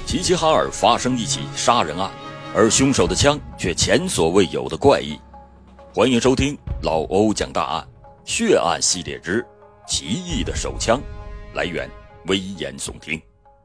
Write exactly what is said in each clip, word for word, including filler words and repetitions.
齐齐哈尔发生一起杀人案，而凶手的枪却前所未有的怪异。欢迎收听老欧讲大案血案系列之奇异的手枪，来源危言耸听。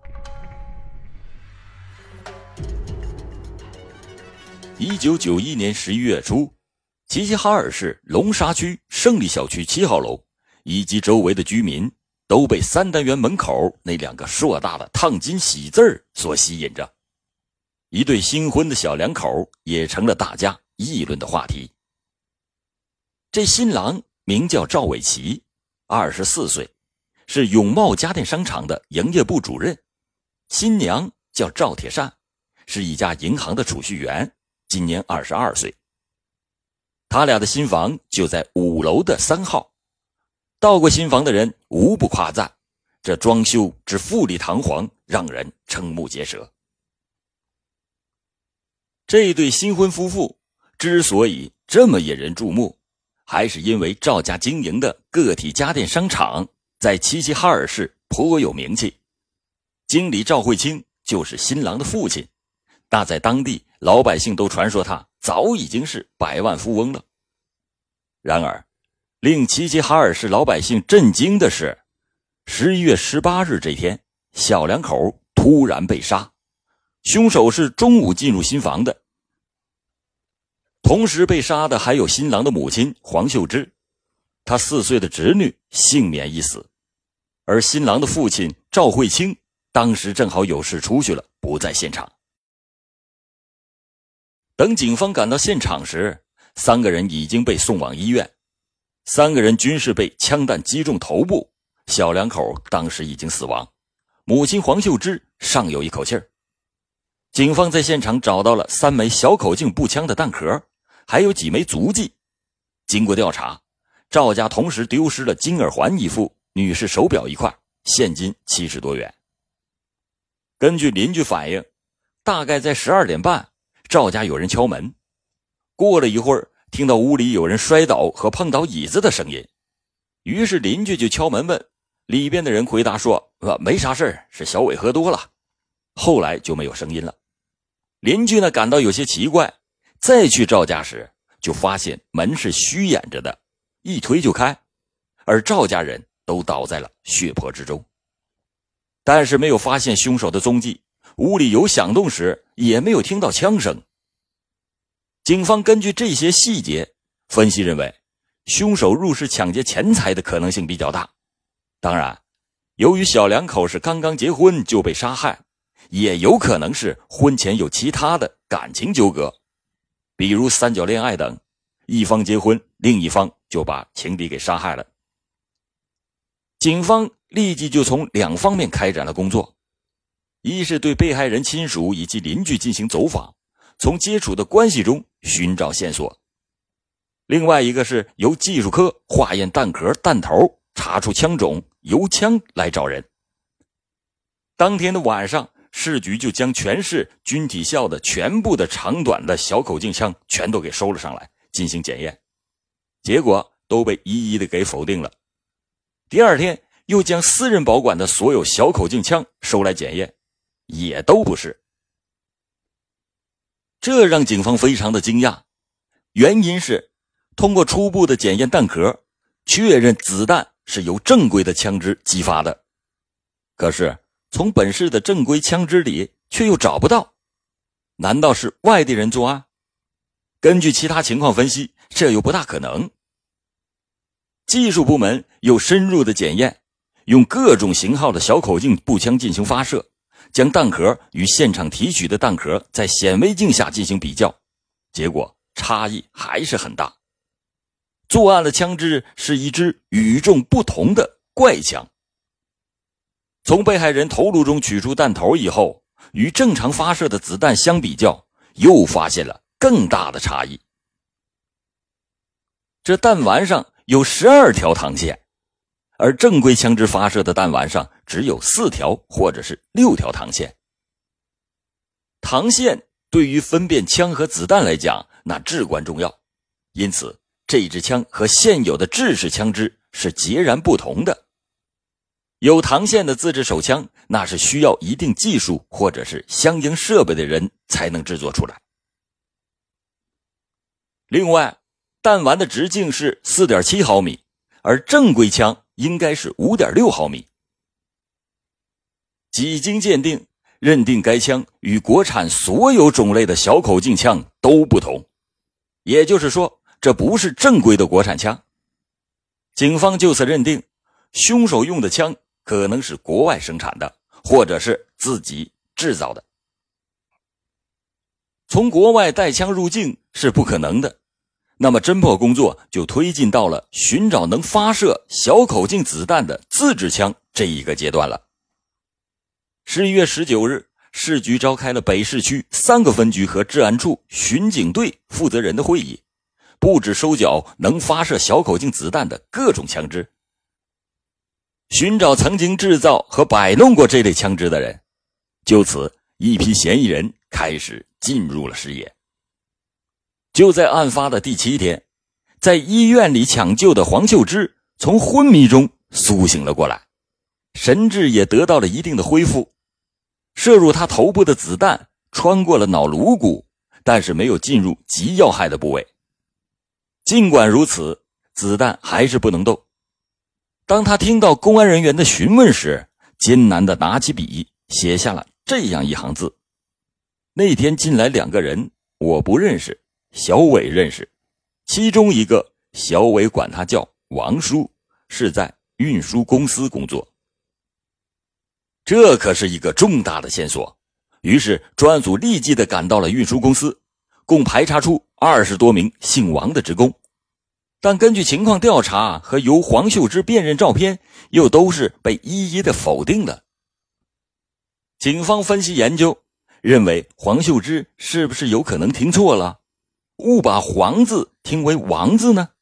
一九九一年十一月初，齐齐哈尔市龙沙区胜利小区七号楼以及周围的居民都被三单元门口那两个硕大的烫金喜字儿所吸引着。一对新婚的小两口也成了大家议论的话题。这新郎名叫赵伟奇，二十四岁，是永茂家电商场的营业部主任。新娘叫赵铁善，是一家银行的储蓄员，今年二十二岁。他俩的新房就在五楼的三号。到过新房的人无不夸赞，这装修之富丽堂皇，让人瞠目结舌。这对新婚夫妇之所以这么引人注目，还是因为赵家经营的个体家电商场在齐齐哈尔市颇有名气。经理赵慧清就是新郎的父亲，那在当地老百姓都传说他早已经是百万富翁了。然而令齐齐哈尔市老百姓震惊的是，十一月十八日这天，小两口突然被杀，凶手是中午进入新房的。同时被杀的还有新郎的母亲黄秀芝，她四岁的侄女幸免一死，而新郎的父亲赵慧清当时正好有事出去了，不在现场。等警方赶到现场时，三个人已经被送往医院，三个人均是被枪弹击中头部，小两口当时已经死亡，母亲黄秀芝尚有一口气儿。警方在现场找到了三枚小口径步枪的弹壳，还有几枚足迹。经过调查，赵家同时丢失了金耳环一副、女士手表一块，现金七十多元。根据邻居反映，大概在十二点半，赵家有人敲门。过了一会儿，听到屋里有人摔倒和碰倒椅子的声音，于是邻居就敲门问，里边的人回答说、啊、没啥事儿，是小伟喝多了。后来就没有声音了。邻居呢感到有些奇怪，再去赵家时就发现门是虚掩着的，一推就开，而赵家人都倒在了血泊之中。但是没有发现凶手的踪迹，屋里有响动时也没有听到枪声。警方根据这些细节分析认为，凶手入室抢劫钱财的可能性比较大。当然，由于小两口是刚刚结婚就被杀害，也有可能是婚前有其他的感情纠葛，比如三角恋爱等，一方结婚，另一方就把情敌给杀害了。警方立即就从两方面开展了工作，一是对被害人亲属以及邻居进行走访，从接触的关系中寻找线索。另外一个是由技术科化验弹壳弹头，查出枪种，由枪来找人。当天的晚上，市局就将全市军体校的全部的长短的小口径枪全都给收了上来进行检验，结果都被一一的给否定了。第二天又将私人保管的所有小口径枪收来检验，也都不是。这让警方非常的惊讶，原因是通过初步的检验弹壳，确认子弹是由正规的枪支击发的。可是从本市的正规枪支里却又找不到，难道是外地人作案？根据其他情况分析，这又不大可能。技术部门又深入的检验，用各种型号的小口径步枪进行发射，将弹壳与现场提取的弹壳在显微镜下进行比较，结果差异还是很大。作案的枪支是一支与众不同的怪枪。从被害人头颅中取出弹头以后，与正常发射的子弹相比较，又发现了更大的差异。这弹丸上有十二条膛线，而正规枪支发射的弹丸上只有四条或者是六条膛线。膛线对于分辨枪和子弹来讲，那至关重要，因此这支枪和现有的制式枪支是截然不同的。 有膛线的自制手枪，那是需要一定技术或者是相应设备的人才能制作出来。另外，弹丸的直径是 四点七毫米，而正规枪应该是 五点六毫米。几经鉴定，认定该枪与国产所有种类的小口径枪都不同，也就是说，这不是正规的国产枪。警方就此认定，凶手用的枪可能是国外生产的，或者是自己制造的。从国外带枪入境是不可能的，那么侦破工作就推进到了寻找能发射小口径子弹的自制枪这一个阶段了。十一月十九日，市局召开了北市区三个分局和治安处巡警队负责人的会议，布置收缴能发射小口径子弹的各种枪支，寻找曾经制造和摆弄过这类枪支的人。就此，一批嫌疑人开始进入了视野。就在案发的第七天，在医院里抢救的黄秀芝从昏迷中苏醒了过来，神智也得到了一定的恢复。射入他头部的子弹穿过了脑颅骨，但是没有进入极要害的部位。尽管如此，子弹还是不能动。当他听到公安人员的询问时，艰难地拿起笔写下了这样一行字：那天进来两个人，我不认识，小伟认识，其中一个小伟管他叫王叔，是在运输公司工作。这可是一个重大的线索，于是专案组立即地赶到了运输公司，共排查出二十多名姓王的职工。但根据情况调查和由黄秀芝辨认照片，又都是被一一的否定的。警方分析研究，认为黄秀芝是不是有可能听错了，误把黄字听为王字呢？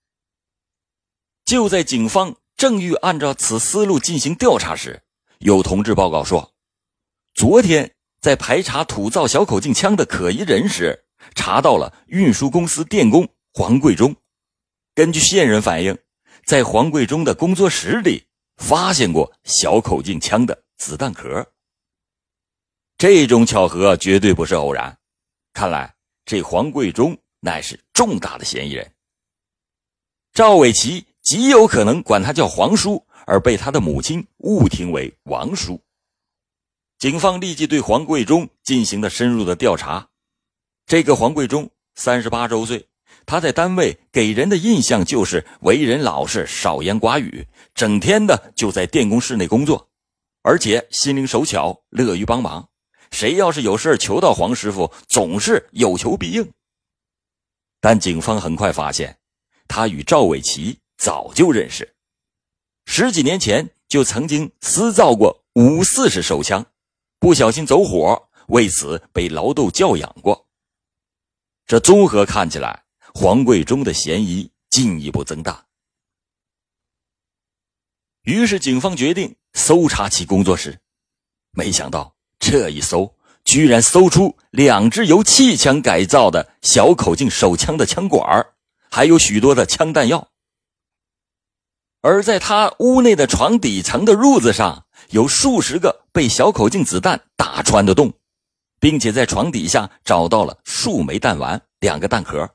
就在警方正欲按照此思路进行调查时，有同志报告说，昨天在排查土造小口径枪的可疑人时，查到了运输公司电工黄贵忠。根据线人反映，在黄贵忠的工作室里发现过小口径枪的子弹壳。这种巧合绝对不是偶然，看来这黄贵忠乃是重大的嫌疑人。赵伟奇极有可能管他叫黄叔，而被他的母亲误听为王叔。警方立即对黄贵忠进行了深入的调查。这个黄贵忠三十八周岁，他在单位给人的印象就是为人老实，少言寡语，整天的就在电工室内工作，而且心灵手巧，乐于帮忙。谁要是有事求到黄师傅，总是有求必应。但警方很快发现，他与赵伟奇早就认识，十几年前就曾经私造过五四式手枪，不小心走火，为此被劳动教养过。这综合看起来，黄贵忠的嫌疑进一步增大。于是警方决定搜查其工作室，没想到这一搜居然搜出两支由气枪改造的小口径手枪的枪管，还有许多的枪弹药。而在他屋内的床底层的褥子上，有数十个被小口径子弹打穿的洞，并且在床底下找到了数枚弹丸，两个弹壳。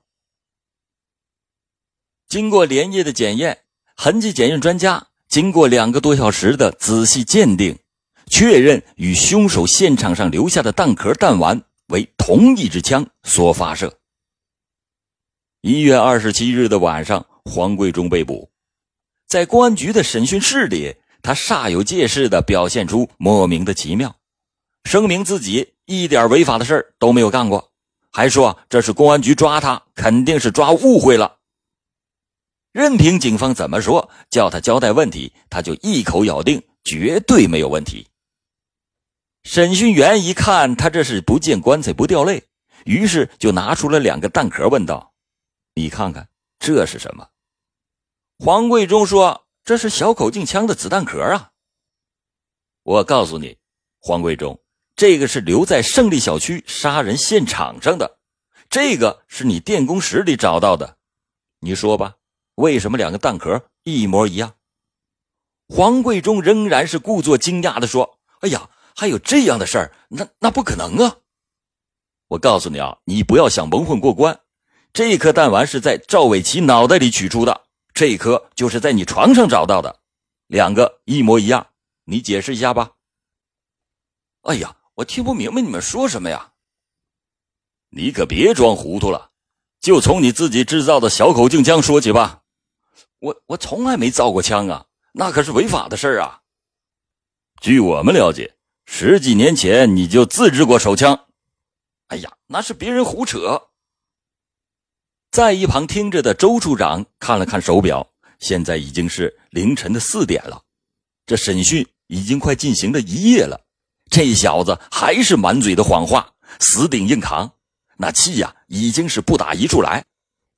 经过连夜的检验，痕迹检验专家经过两个多小时的仔细鉴定，确认与凶手现场上留下的弹壳弹丸为同一支枪所发射。一月二十七日的晚上，黄贵忠被捕。在公安局的审讯室里，他煞有介事地表现出莫名的奇妙，声明自己一点违法的事儿都没有干过，还说这是公安局抓他，肯定是抓误会了。任凭警方怎么说，叫他交代问题，他就一口咬定绝对没有问题。审讯员一看他这是不见棺材不掉泪，于是就拿出了两个弹壳问道：你看看这是什么？黄贵忠说，这是小口径枪的子弹壳啊。我告诉你，黄贵忠，这个是留在胜利小区杀人现场上的，这个是你电工室里找到的。你说吧，为什么两个弹壳一模一样？ 黄贵忠仍然是故作惊讶地说：哎呀，还有这样的事儿？那那不可能啊！我告诉你啊，你不要想蒙混过关。这颗弹丸是在赵伟奇脑袋里取出的，这颗就是在你床上找到的，两个一模一样，你解释一下吧。哎呀，我听不明白你们说什么呀。你可别装糊涂了，就从你自己制造的小口径枪说起吧。我我从来没造过枪啊，那可是违法的事儿啊。据我们了解，十几年前你就自制过手枪。哎呀，那是别人胡扯。在一旁听着的周处长看了看手表，现在已经是凌晨的四点了。这审讯已经快进行了一夜了，这小子还是满嘴的谎话，死顶硬扛，那气呀、啊、已经是不打一处来。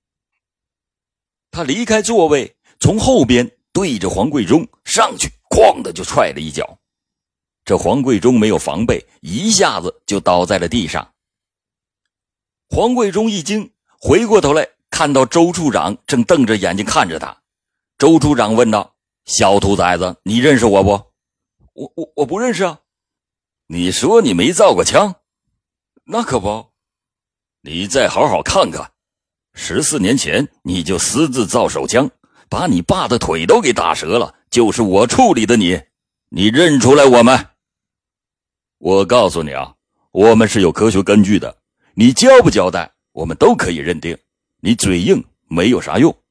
他离开座位，从后边对着黄贵忠上去，哐的就踹了一脚。这黄贵忠没有防备，一下子就倒在了地上。黄贵忠一惊，回过头来看到周处长正瞪着眼睛看着他。周处长问道：小兔崽子，你认识我不？我我我不认识啊。你说你没造过枪？那可不。你再好好看看，十四年前你就私自造手枪，把你爸的腿都给打折了，就是我处理的你，你认出来我们？我告诉你啊，我们是有科学根据的，你交不交代我们都可以认定，你嘴硬没有啥用。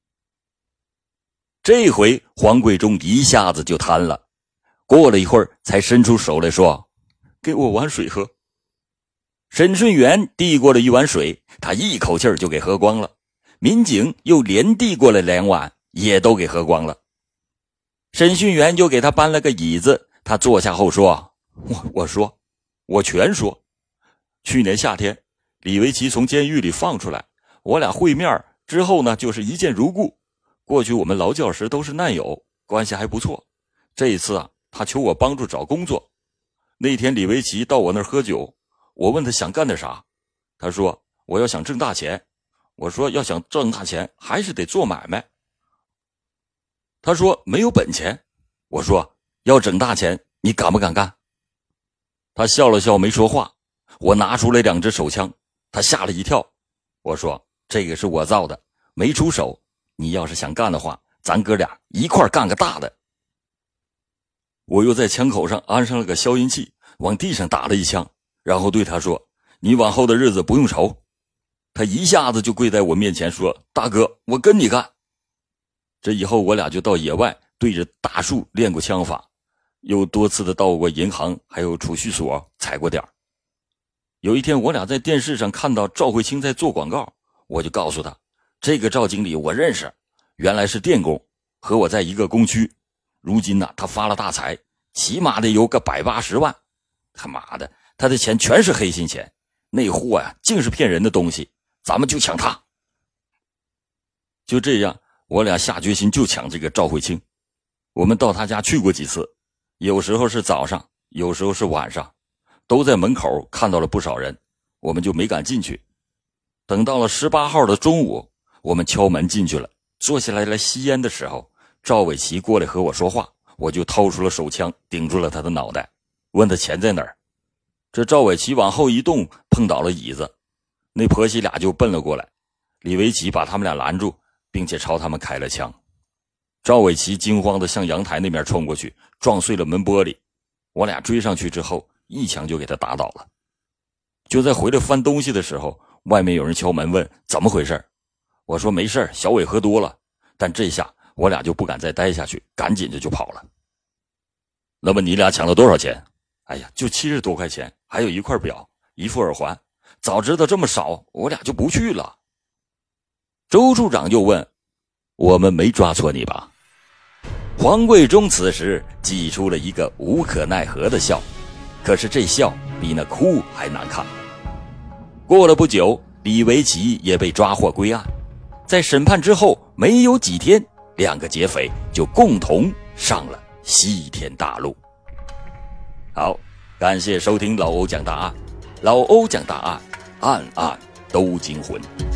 这回黄贵忠一下子就瘫了，过了一会儿才伸出手来说：给我碗水喝。审讯员递过了一碗水，他一口气儿就给喝光了。民警又连递过来两碗，也都给喝光了。审讯员又给他搬了个椅子，他坐下后说：我我说我全说。去年夏天李维奇从监狱里放出来，我俩会面之后呢，就是一见如故。过去我们劳教时都是难友，关系还不错。这一次啊，他求我帮助找工作。那天李维奇到我那儿喝酒，我问他想干点啥，他说我要想挣大钱。我说要想挣大钱还是得做买卖。他说没有本钱。我说要挣大钱你敢不敢干？他笑了笑没说话。我拿出来两支手枪，他吓了一跳。我说这个是我造的，没出手，你要是想干的话，咱哥俩一块干个大的。我又在枪口上安上了个消音器，往地上打了一枪，然后对他说：你往后的日子不用愁。他一下子就跪在我面前说：大哥，我跟你干。这以后我俩就到野外对着大树练过枪法，又多次的到过银行还有储蓄所踩过点。有一天我俩在电视上看到赵慧清在做广告，我就告诉他，这个赵经理我认识，原来是电工，和我在一个工区。如今呢，他发了大财，起码得有个百八十万。他妈的，他的钱全是黑心钱，那货呀，净是骗人的东西，咱们就抢他。就这样，我俩下决心就抢这个赵慧清。我们到他家去过几次，有时候是早上，有时候是晚上，都在门口看到了不少人，我们就没敢进去。等到了十八号的中午，我们敲门进去了，坐下来来吸烟的时候，赵伟奇过来和我说话，我就掏出了手枪顶住了他的脑袋，问他钱在哪儿。这赵伟奇往后一动，碰倒了椅子，那婆媳俩就奔了过来。李维奇把他们俩拦住，并且朝他们开了枪。赵伟奇惊慌地向阳台那边冲过去，撞碎了门玻璃。我俩追上去之后，一枪就给他打倒了。就在回来翻东西的时候，外面有人敲门问怎么回事。我说没事，小伟喝多了。但这下我俩就不敢再待下去，赶紧的就跑了。那么你俩抢了多少钱？哎呀，就七十多块钱，还有一块表，一副耳环。早知道这么少，我俩就不去了。周处长就问：我们没抓错你吧？黄贵忠此时挤出了一个无可奈何的笑，可是这笑比那哭还难看。过了不久，李维奇也被抓获归案。在审判之后没有几天，两个劫匪就共同上了西天大路。好，感谢收听老欧讲大案，老欧讲大案，案案都惊魂。